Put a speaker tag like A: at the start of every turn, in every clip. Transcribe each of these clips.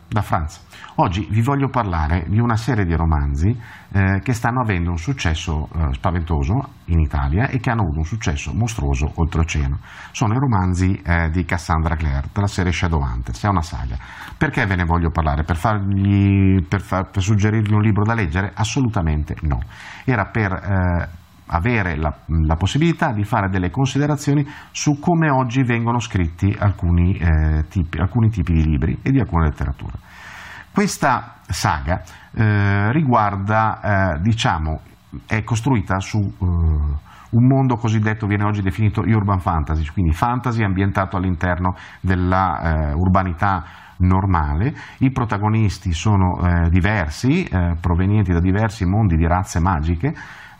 A: da Franza. Oggi vi voglio parlare di una serie di romanzi che stanno avendo un successo spaventoso in Italia e che hanno avuto un successo mostruoso oltreoceano. Sono i romanzi di Cassandra Clare, della serie Shadowhunters, è una saga. Perché ve ne voglio parlare? Per suggerirvi un libro da leggere? Assolutamente no. Era per avere la possibilità di fare delle considerazioni su come oggi vengono scritti alcuni tipi di libri e di alcune letterature. Questa saga riguarda, è costruita su un mondo cosiddetto, viene oggi definito urban fantasy, quindi fantasy ambientato all'interno della urbanità normale. I protagonisti sono diversi, provenienti da diversi mondi di razze magiche.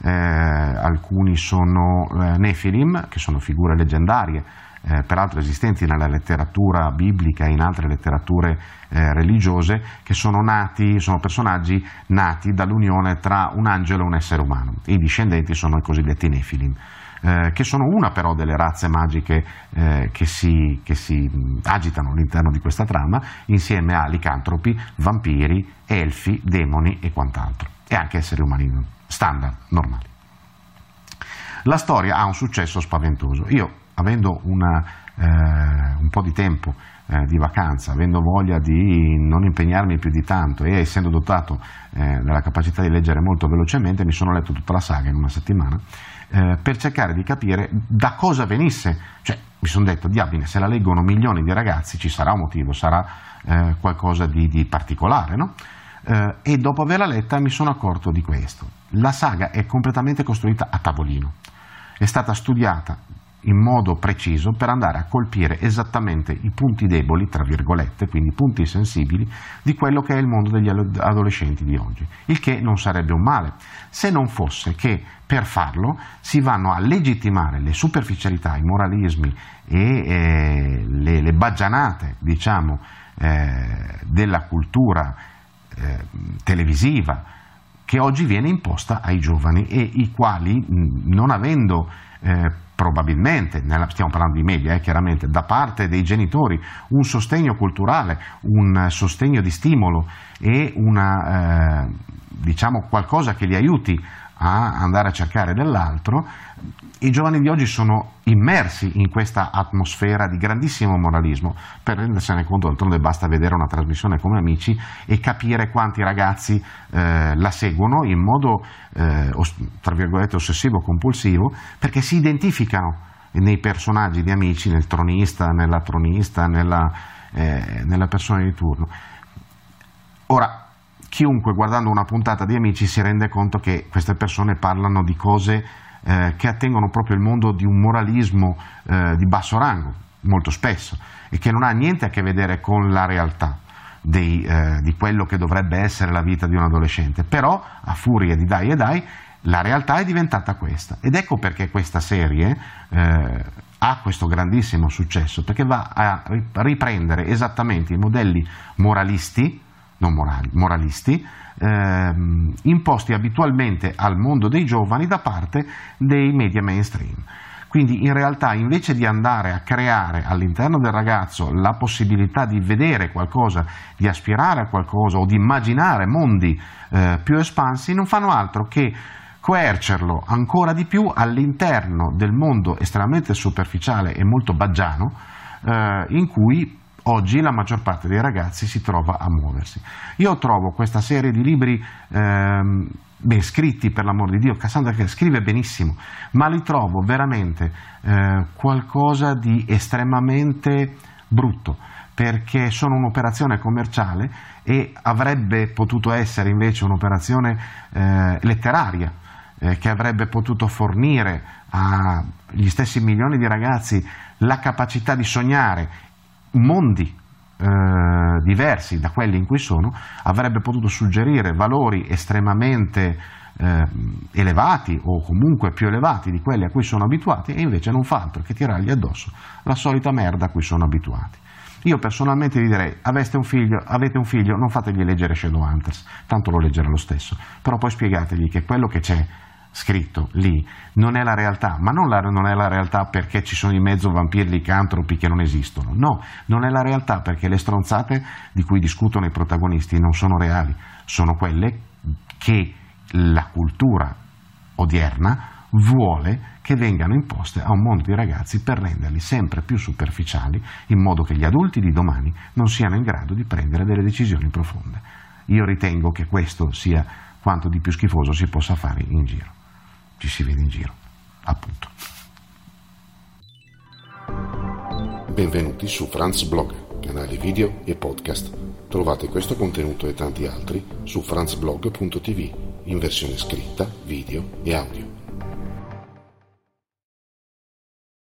A: Alcuni sono Nephilim, che sono figure leggendarie, peraltro esistenti nella letteratura biblica e in altre letterature religiose, che sono personaggi nati dall'unione tra un angelo e un essere umano. I discendenti sono i cosiddetti Nephilim, che sono una però delle razze magiche che si agitano all'interno di questa trama, insieme a licantropi, vampiri, elfi, demoni e quant'altro, e anche esseri umani standard, normali. La storia ha un successo spaventoso. Io, avendo un po' di tempo di vacanza, avendo voglia di non impegnarmi più di tanto e essendo dotato della capacità di leggere molto velocemente, mi sono letto tutta la saga in una settimana per cercare di capire da cosa venisse. Cioè, mi sono detto, diamine, se la leggono milioni di ragazzi ci sarà un motivo, sarà qualcosa di particolare, no? E dopo averla letta mi sono accorto di questo. La saga è completamente costruita a tavolino, è stata studiata in modo preciso per andare a colpire esattamente i punti deboli, tra virgolette, quindi punti sensibili, di quello che è il mondo degli adolescenti di oggi, il che non sarebbe un male, se non fosse che per farlo si vanno a legittimare le superficialità, i moralismi e le baggianate, diciamo, della cultura televisiva che oggi viene imposta ai giovani e i quali, non avendo probabilmente, stiamo parlando di media chiaramente, da parte dei genitori un sostegno culturale, un sostegno di stimolo e diciamo qualcosa che li aiuti a andare a cercare dell'altro, i giovani di oggi sono immersi in questa atmosfera di grandissimo moralismo. Per rendersene conto, d'altronde basta vedere una trasmissione come Amici e capire quanti ragazzi la seguono in modo tra virgolette ossessivo compulsivo, perché si identificano nei personaggi di Amici, nel tronista, nella tronista, nella persona di turno. Ora, chiunque guardando una puntata di Amici si rende conto che queste persone parlano di cose che attengono proprio il mondo di un moralismo di basso rango, molto spesso, e che non ha niente a che vedere con la realtà di quello che dovrebbe essere la vita di un adolescente. Però, a furia di dai e dai, la realtà è diventata questa. Ed ecco perché questa serie ha questo grandissimo successo, perché va a riprendere esattamente i modelli moralisti, non morali, moralisti, imposti abitualmente al mondo dei giovani da parte dei media mainstream. Quindi in realtà, invece di andare a creare all'interno del ragazzo la possibilità di vedere qualcosa, di aspirare a qualcosa o di immaginare mondi più espansi, non fanno altro che coercerlo ancora di più all'interno del mondo estremamente superficiale e molto baggiano in cui oggi la maggior parte dei ragazzi si trova a muoversi. Io trovo questa serie di libri ben scritti, per l'amor di Dio, Cassandra che scrive benissimo, ma li trovo veramente qualcosa di estremamente brutto, perché sono un'operazione commerciale e avrebbe potuto essere invece un'operazione letteraria, che avrebbe potuto fornire agli stessi milioni di ragazzi la capacità di sognare mondi diversi da quelli in cui sono, avrebbe potuto suggerire valori estremamente elevati o comunque più elevati di quelli a cui sono abituati, e invece non fa altro che tirargli addosso la solita merda a cui sono abituati. Io personalmente vi direi, avete un figlio, non fategli leggere Shadowhunters, tanto lo leggerà lo stesso, però poi spiegategli che quello che c'è scritto lì non è la realtà, ma non è la realtà perché ci sono in mezzo vampiri licantropi che non esistono, no, non è la realtà perché le stronzate di cui discutono i protagonisti non sono reali, sono quelle che la cultura odierna vuole che vengano imposte a un mondo di ragazzi per renderli sempre più superficiali, in modo che gli adulti di domani non siano in grado di prendere delle decisioni profonde. Io ritengo che questo sia quanto di più schifoso si possa fare in giro. Ci si vede in giro, appunto.
B: Benvenuti su Franz Blog, canale video e podcast. Trovate questo contenuto e tanti altri su franzblog.tv in versione scritta, video e audio.